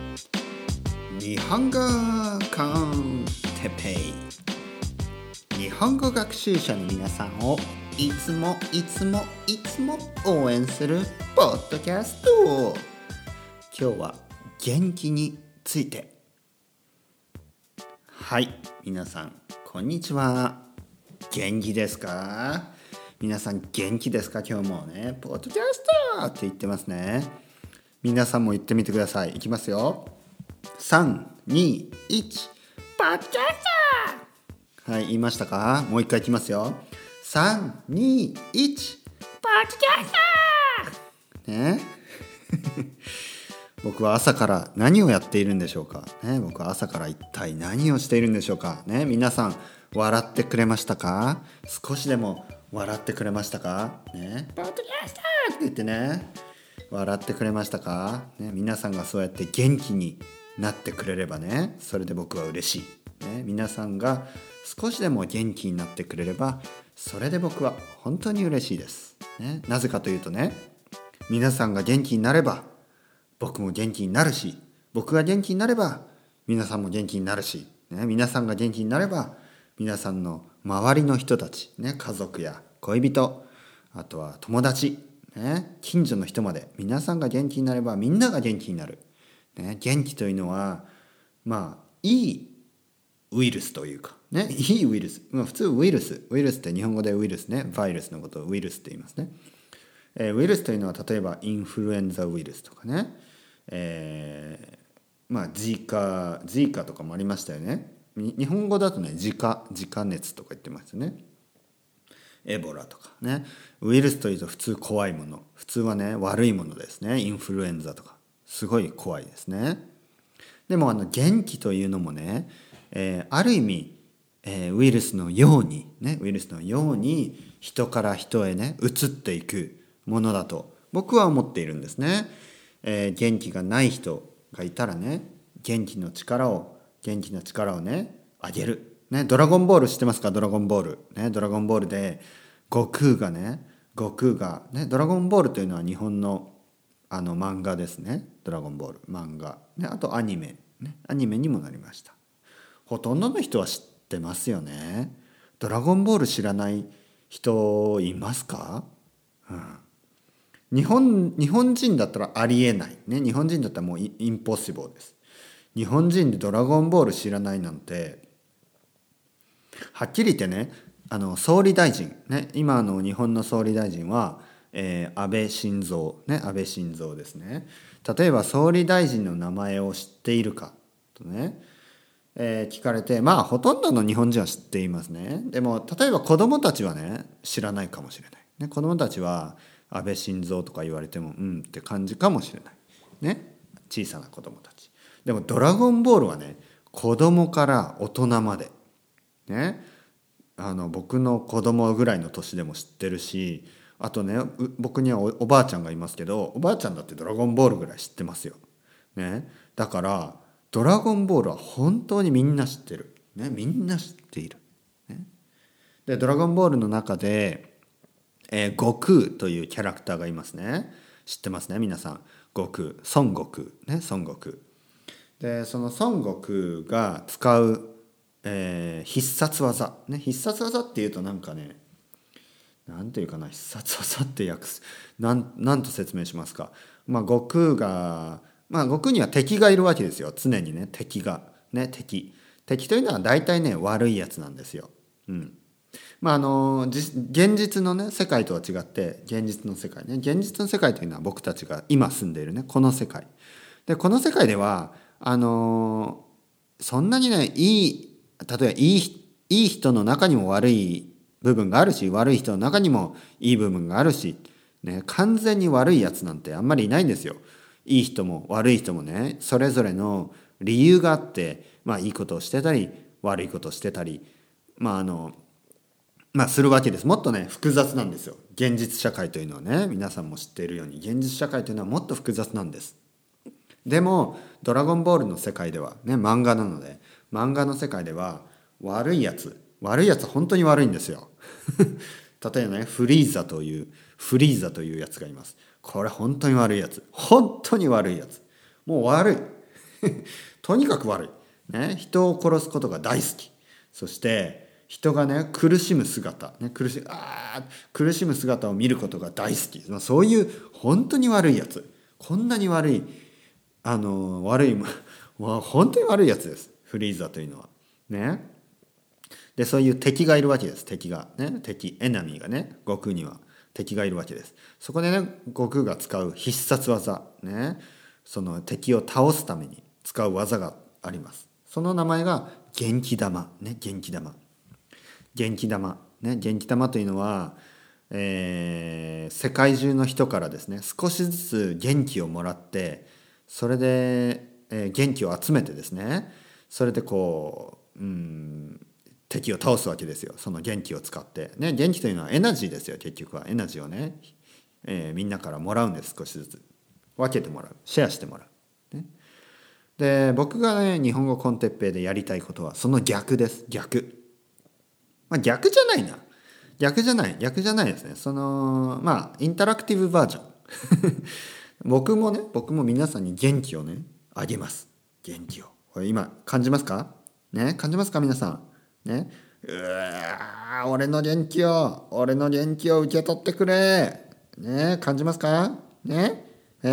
日本語コンテペイ。日本語学習者の皆さんをいつも応援するポッドキャスト。今日は元気について。はい、皆さんこんにちは。元気ですか？皆さん元気ですか？今日もね、ポッドキャストって言ってますね。皆さんも言ってみてください。いきますよ。3、2、1、ポッドキャスト。はい、言いましたか？もう一回いきますよ。3、2、1、ポッドキャスト。ね僕は朝から何をやっているんでしょうか、ね、僕は朝から一体何をしているんでしょうか、ね、皆さん笑ってくれましたか？少しでも笑ってくれましたか、ね、ポッドキャストって言ってね、笑ってくれましたか、ね、皆さんがそうやって元気になってくれればね、それで僕は嬉しい、ね、皆さんが少しでも元気になってくれればそれで僕は本当に嬉しいです、ね、なぜかというとね、皆さんが元気になれば僕も元気になるし、僕が元気になれば皆さんも元気になるし、ね、皆さんが元気になれば皆さんの周りの人たち、ね、家族や恋人、あとは友達、ね、近所の人まで皆さんが元気になればみんなが元気になる、ね、元気というのはいいウイルスというか、ね、いいウイルス、普通ウイルスって日本語でウイルスね、バイルスのことをウイルスって言いますね。ウイルスというのは例えばインフルエンザウイルスとかね、ジカとかもありましたよね。日本語だとね、ジカ熱とか言ってますよね。エボラとかね。ウイルスというと普通怖いもの、普通はね悪いものですね。インフルエンザとかすごい怖いですね。でも元気というのもね、ある意味、ウイルスのように人から人へね移っていくものだと僕は思っているんですね。元気がない人がいたらね、元気の力をねあげる、ね、ドラゴンボール知ってますか？ドラゴンボール、ね、ドラゴンボールで悟空がね、ドラゴンボールというのは日本の漫画ですね。ドラゴンボール漫画、ね、あとアニメにもなりました。ほとんどの人は知ってますよね。ドラゴンボール知らない人いますか？日本人だったらありえない、ね、日本人だったらもうインポッシブルです。日本人でドラゴンボール知らないなんて、はっきり言ってね、総理大臣、ね、今日本の総理大臣は、安倍晋三ですね。例えば総理大臣の名前を知っているかとね、聞かれて、ほとんどの日本人は知っていますね。でも例えば子供たちはね知らないかもしれない、ね、子供たちは安倍晋三とか言われてもって感じかもしれないね、小さな子供たち。でもドラゴンボールはね、子供から大人までね、僕の子供ぐらいの年でも知ってるし、あとね、僕にはおばあちゃんがいますけど、おばあちゃんだってドラゴンボールぐらい知ってますよ、ね、だからドラゴンボールは本当にみんな知ってる、ね、みんな知っている、ね、でドラゴンボールの中で、悟空というキャラクターがいますね。知ってますね皆さん。孫悟空ね、孫悟空で、その孫悟空が使う、必殺技、ね、必殺技っていうとなんかね、なんていうかな、必殺技って訳すなんと説明しますか。悟空には敵がいるわけですよ。常にね敵というのは大体ね悪いやつなんですよ。現実のね世界とは違って、現実の世界というのは僕たちが今住んでいるねこの世界で、この世界ではそんなにね例えばいい人の中にも悪い部分があるし、悪い人の中にもいい部分があるし、ね、完全に悪いやつなんてあんまりいないんですよ。いい人も悪い人もね、それぞれの理由があって、いいことをしてたり悪いことをしてたりするわけです。もっとね複雑なんですよ。現実社会というのはね、皆さんも知っているように現実社会というのはもっと複雑なんです。でもドラゴンボールの世界ではね、漫画なので、漫画の世界では悪いやつ本当に悪いんですよ例えばねフリーザというやつがいます。これ本当に悪いやつ、もう悪いとにかく悪い、ね、人を殺すことが大好き。そして人がね苦しむ姿、ね、苦しむ姿を見ることが大好き、そういう本当に悪いやつ、こんなに悪い本当に悪いやつです、フリーザというのはね。でそういう敵がいるわけです。敵エナミーがね、悟空には敵がいるわけです。そこでね悟空が使う必殺技ね、その敵を倒すために使う技があります。その名前が元気玉ね。元気玉というのは、世界中の人からですね少しずつ元気をもらって、それで、元気を集めてですね、それで敵を倒すわけですよ。その元気を使ってね。元気というのはエナジーですよ。結局はエナジーをね、みんなからもらうんです。少しずつ分けてもらう、シェアしてもらう、ね。で僕がね日本語コンテッペイでやりたいことはその逆です。逆じゃないな。逆じゃないですね。インタラクティブバージョン僕も皆さんに元気をねあげます。元気をこれ今感じますかね。感じますか皆さんね。俺の元気を受け取ってくれね。感じますかね。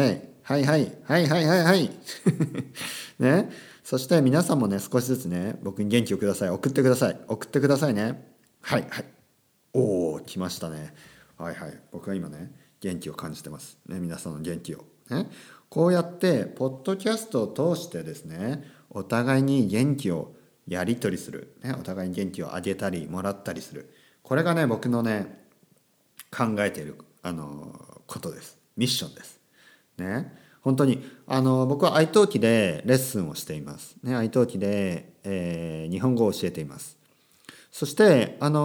はいね。そして皆さんもね少しずつね僕に元気をください。送ってくださいね。はい。おお来ましたね。僕は今ね元気を感じてますね。皆さんの元気をね。こうやってポッドキャストを通してですねお互いに元気をやり取りする、ね、お互いに元気をあげたりもらったりする、これがね僕のね考えていることです。ミッションですね。本当に僕は愛登記でレッスンをしていますね。愛登記で、日本語を教えています。そしてレ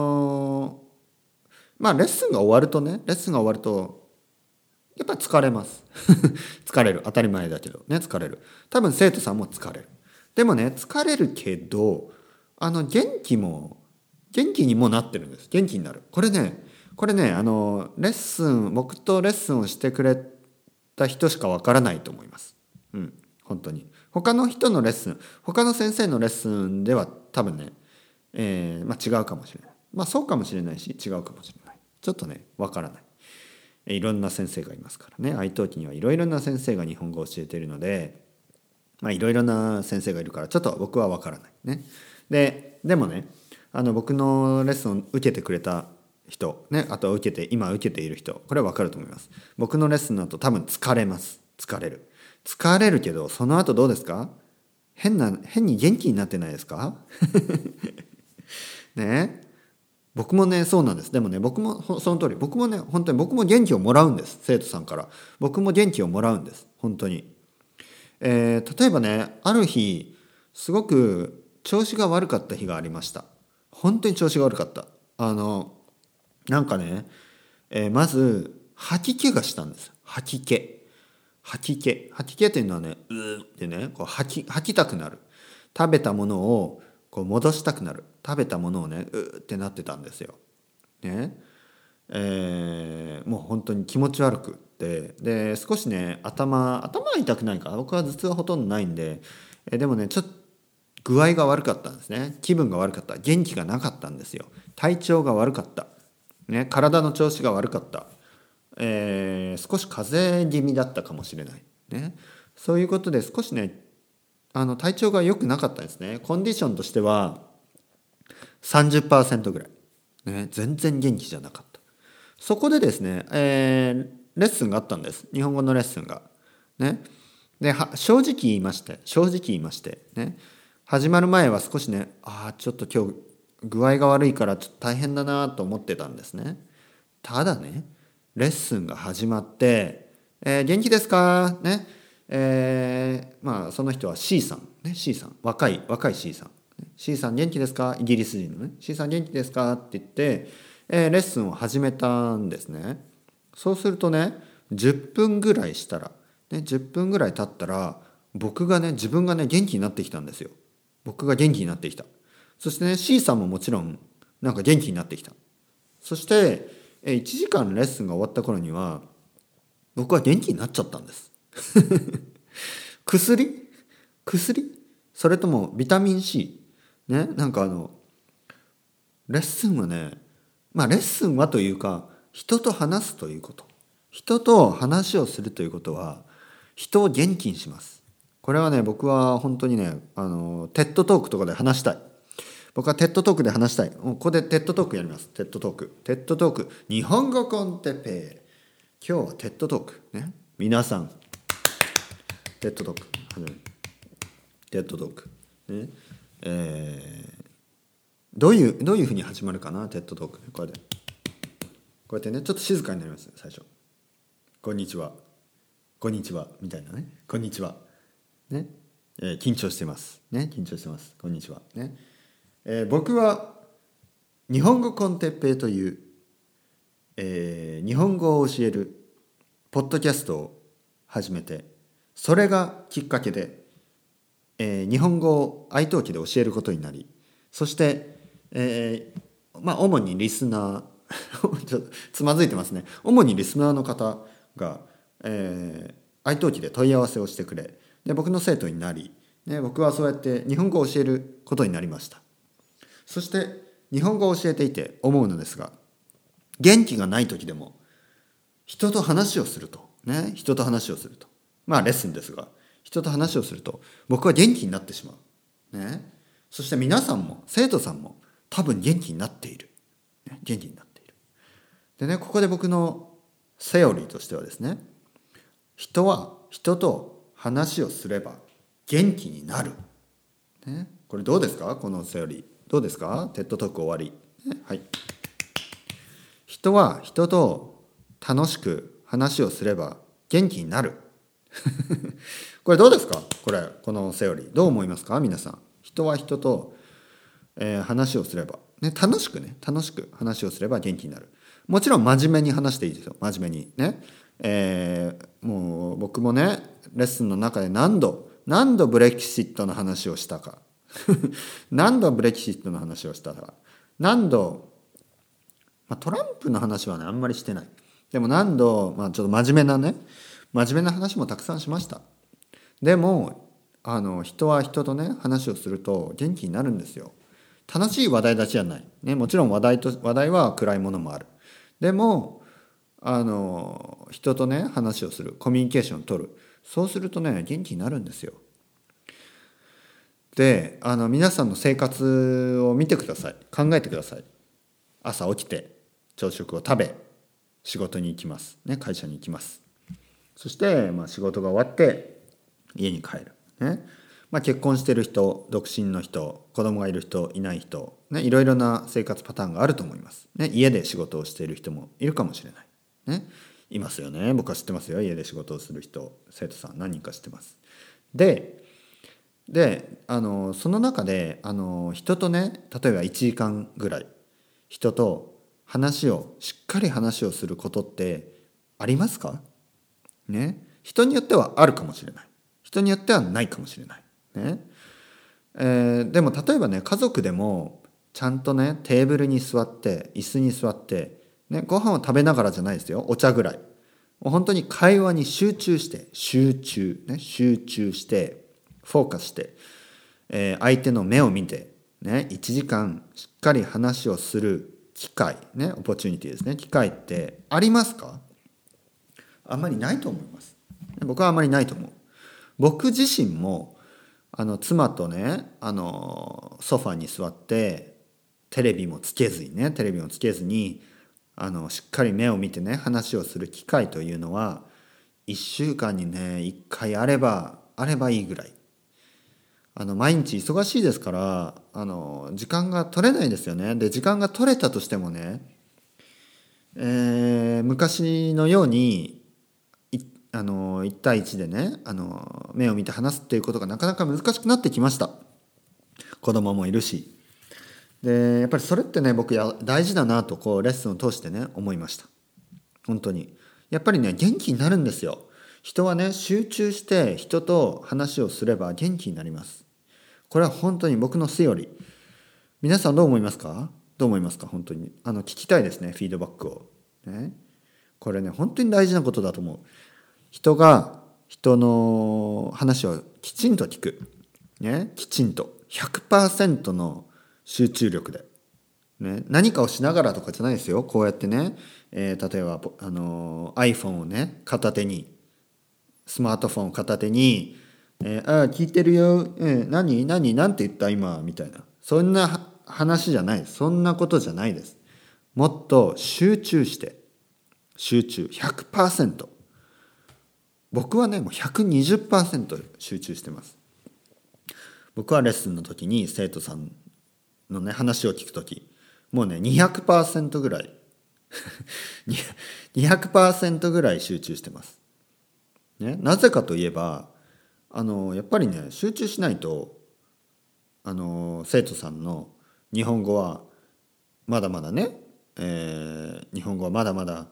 ッスンが終わるとやっぱり疲れます疲れる、当たり前だけどね。疲れる、多分生徒さんも疲れる。でもね疲れるけど元気にもなってるんです。元気になる。これね僕とレッスンをしてくれた人しかわからないと思います。本当に他の先生のレッスンでは多分ね、違うかもしれない。そうかもしれないし違うかもしれない。ちょっとねわからない。いろんな先生がいますからね。愛登記にはいろいろな先生が日本語を教えているので、いろいろな先生がいるからちょっと僕はわからないね。でもね僕のレッスンを受けてくれた人ね、あとは今受けている人、これはわかると思います。僕のレッスンの後多分疲れるけどその後どうですか？変に元気になってないですかね。僕もねそうなんです。でもね僕もその通り、僕も元気をもらうんです。生徒さんから僕も元気をもらうんです。本当に。例えばねある日すごく調子が悪かった日がありました。本当に調子が悪かった。なんかね、まず吐き気がしたんです。吐き気っていうのはねってねこう吐きたくなる。食べたものをこう戻したくなる。食べたものをねってなってたんですよ。ね。もう本当に気持ち悪くって、で少しね頭は痛くないか、僕は頭痛はほとんどないんで、でもねちょっと具合が悪かったんですね。気分が悪かった。元気がなかったんですよ。体調が悪かった、ね、体の調子が悪かった、少し風邪気味だったかもしれない、ね、そういうことで少しね体調が良くなかったですね。コンディションとしては 30% ぐらい、ね、全然元気じゃなかった。そこでですね、レッスンがあったんです。日本語のレッスンが。ね。で、正直言いまして、ね。始まる前は少しね、ちょっと今日具合が悪いからちょっと大変だなと思ってたんですね。ただね、レッスンが始まって、元気ですかね。その人は C さん。ね、C さん。若い C さん。C さん元気ですか？イギリス人のね。C さん元気ですかって言って、レッスンを始めたんですね。そうするとね10分ぐらいしたら、ね、10分ぐらい経ったら自分がね元気になってきたんですよ。僕が元気になってきた。そしてね C さんももちろんなんか元気になってきた。そして1時間レッスンが終わった頃には僕は元気になっちゃったんです薬薬？それともビタミン C？ ね、なんかレッスンはね、レッスンはというか、人と話すということ。人と話をするということは、人を元気にします。これはね、僕は本当にね、テッドトークとかで話したい。僕はテッドトークで話したい。ここでテッドトークやります。テッドトーク。テッドトーク。日本語コンテッペイ。今日はテッドトーク。ね。皆さん、テッドトーク。テッドトーク。ね。どういうふうに始まるかな、テッドトーク。こうやってね、ちょっと静かになります、最初。こんにちは。こんにちは。みたいなね。こんにちは。ね。緊張してます。ね。緊張してます。こんにちは。ね。僕は日本語コンテッペイという、日本語を教えるポッドキャストを始めて、それがきっかけで、日本語を愛登記で教えることになり、そして、主にリスナーちょっとつまずいてますね。主にリスナーの方が、愛登記で問い合わせをしてくれ、で僕の生徒になり、ね、僕はそうやって日本語を教えることになりました。そして日本語を教えていて思うのですが、元気がない時でも人と話をすると、ね、人と話をすると、レッスンですが、人と話をすると僕は元気になってしまう、ね、そして皆さんも生徒さんも多分元気になっている、ね、元気になっている。でね、ここで僕のセオリーとしてはですね、人は人と話をすれば元気になる、ね、これどうですか、このセオリーどうですか。テッドトーク終わり、ね、はい。人は人と楽しく話をすれば元気になるこれどうですか、このセオリーどう思いますか、皆さん。人は人と、話をすれば、ね、楽しく話をすれば元気になる。もちろん真面目に話していいですよ、真面目にね。もう僕もね、レッスンの中で何度ブレキシットの話をしたか何度ブレキシットの話をしたか、何度、トランプの話はねあんまりしてない。でも何度、ちょっと真面目な話もたくさんしました。でも人は人とね話をすると元気になるんですよ。楽しい話題だけじゃない、ね、もちろん話題は暗いものもある。でも人とね話をする、コミュニケーションを取る、そうするとね元気になるんですよ。で皆さんの生活を見てください。考えてください。朝起きて朝食を食べ仕事に行きます、ね、会社に行きます。そして、仕事が終わって家に帰る、ね。結婚してる人、独身の人、子供がいる人、いない人、ね、いろいろな生活パターンがあると思います、ね。家で仕事をしている人もいるかもしれない、ね、いますよね。僕は知ってますよ。家で仕事をする人、生徒さん何人か知ってます。でその中で人とね、例えば1時間ぐらい人としっかり話をすることってありますかね。人によってはあるかもしれない、人によってはないかもしれないね。でも例えばね、家族でもちゃんとねテーブルに座って椅子に座って、ね、ご飯を食べながらじゃないですよ、お茶ぐらい本当に会話に集中して、フォーカスして、相手の目を見て、ね、1時間しっかり話をする機会、ね、オポチュニティですね、機会ってありますか？あんまりないと思います。僕はあんまりないと思う。僕自身も妻とねソファに座ってテレビもつけずにしっかり目を見てね話をする機会というのは1週間にね1回あればいいぐらい。毎日忙しいですから時間が取れないですよね。で時間が取れたとしてもね、昔のように1対1でね目を見て話すっていうことがなかなか難しくなってきました。子供もいるし。でやっぱりそれってね僕大事だなとレッスンを通してね思いました。本当にやっぱりね元気になるんですよ。人はね集中して人と話をすれば元気になります。これは本当に僕のセオリー。皆さんどう思いますか？本当に聞きたいですね、フィードバックを、ね。これね本当に大事なことだと思う。人が人の話をきちんと聞く、 ね、きちんと 100% の集中力で、ね、何かをしながらとかじゃないですよ。こうやってね、例えばiPhone をね片手に、スマートフォンを片手に聞いてるよ、なんて言った今みたいな、そんな話じゃないです。そんなことじゃないです。もっと集中 100%、 僕はねもう 120% 集中してます。僕はレッスンの時に生徒さんのね話を聞く時、もうね200% ぐらい200% ぐらい集中してます、ね、なぜかといえばやっぱりね集中しないと生徒さんの日本語はまだまだね、日本語はまだまだ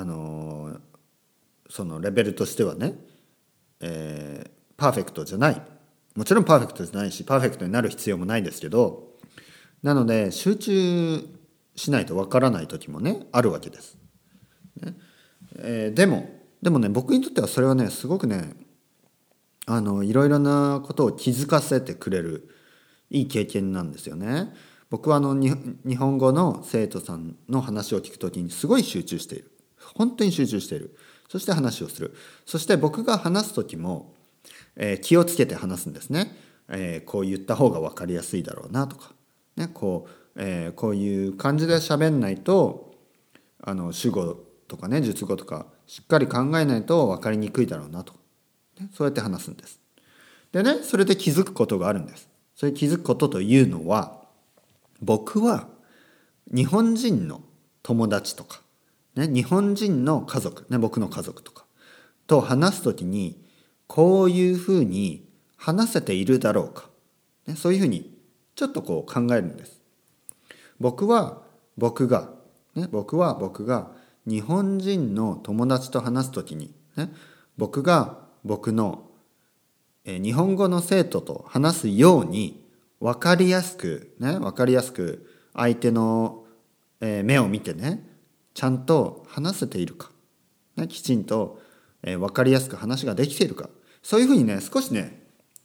そのレベルとしてはね、パーフェクトじゃない。もちろんパーフェクトじゃないし、パーフェクトになる必要もないですけど、なので集中しないとわからない時もねあるわけです、ね。でもね、僕にとってはそれはねすごくねいろいろなことを気づかせてくれるいい経験なんですよね。僕は日本語の生徒さんの話を聞くときにすごい集中している。本当に集中している。そして話をする。そして僕が話すときも、気をつけて話すんですね。こう言った方が分かりやすいだろうなとか、ね、こういう感じで喋んないと主語とかね述語とかしっかり考えないと分かりにくいだろうなと、ね、そうやって話すんです。でね、それで気づくことがあるんです。それ気づくことというのは、僕は日本人の友達とか、ね、日本人の家族、ね、僕の家族とかと話すときにこういうふうに話せているだろうか、ね、そういうふうにちょっとこう考えるんです。僕が日本人の友達と話すときに、ね、僕が僕の日本語の生徒と話すように分かりやすく相手の目を見てねちゃんと話せているか、ね、きちんと分かりやすく話ができているか、そういうふうにね少しね、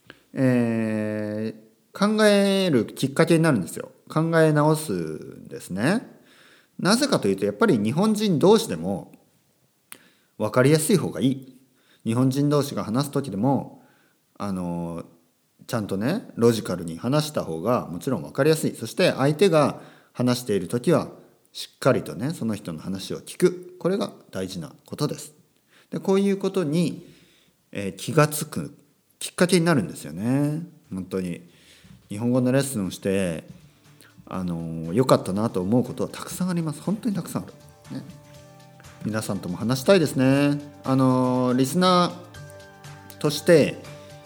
考えるきっかけになるんですよ。考え直すんですね。なぜかというとやっぱり日本人同士でも分かりやすい方がいい。日本人同士が話す時でもちゃんとねロジカルに話した方がもちろん分かりやすい。そして相手が話している時はしっかりとねその人の話を聞く。これが大事なことです。でこういうことに、気がつくきっかけになるんですよね。本当に日本語のレッスンをして良かったなと思うことはたくさんあります。本当にたくさんある、ね、皆さんとも話したいですね。リスナーとして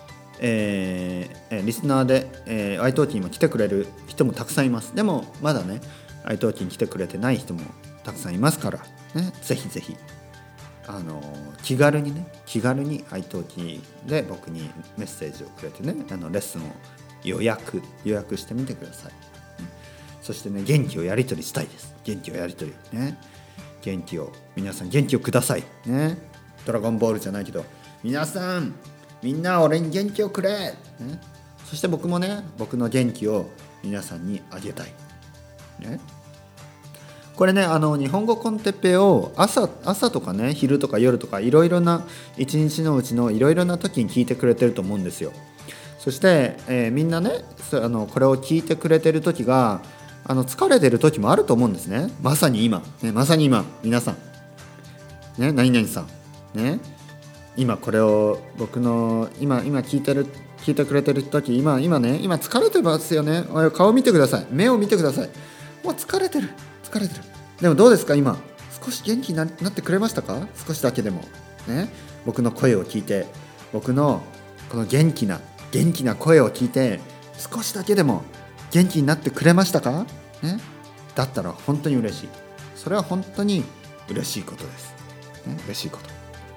リスナーで、iTalkiにも来てくれる人もたくさんいます。でもまだね iTalkiに来てくれてない人もたくさんいますから、ね、ぜひぜひ気軽に iTalki で僕にメッセージをくれてねレッスンを予約してみてください、そしてね元気をやり取りしたいです。元気をやり取りね、皆さん元気をくださいね。ドラゴンボールじゃないけど皆さんみんな俺に元気をくれ、ね、そして僕もね僕の元気を皆さんにあげたい、ね、これね日本語コンテッペを朝とかね昼とか夜とかいろいろな一日のうちのいろいろな時に聞いてくれてると思うんですよ。そして、みんなねこれを聞いてくれてる時が疲れてる時もあると思うんですね。まさに今皆さんね何々さんね今これを僕の今聞いてくれてる時今疲れてますよね。顔見てください。目を見てください。もう疲れてる。でもどうですか？今少し元気になってくれましたか？少しだけでもね僕の声を聞いて僕のこの元気な声を聞いて少しだけでも元気になってくれましたか？ね、だったら本当に嬉しい。それは本当に嬉しいことです、ね、嬉しいこと。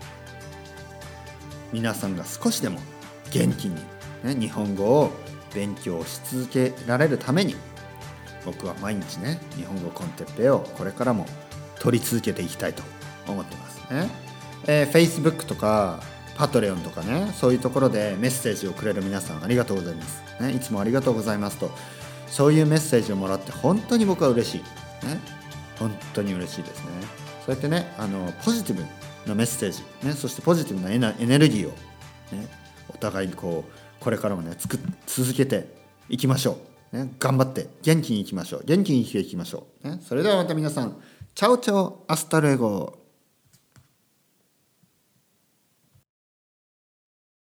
皆さんが少しでも元気に、ね、日本語を勉強し続けられるために僕は毎日ね日本語コンテッペをこれからも取り続けていきたいと思ってますね。Facebook とかパトレオンとかね、そういうところでメッセージをくれる皆さんありがとうございます、ね、いつもありがとうございますと、そういうメッセージをもらって本当に僕は嬉しい、ね、本当に嬉しいですね。そうやってね、ポジティブなメッセージ、ね、そしてポジティブなエネルギーを、ね、お互いにこれからもね続けていきましょう、ね、頑張って元気にいきましょう、元気に生きていきましょう、ね、それではまた皆さん、チャオチャオアスタルエゴ。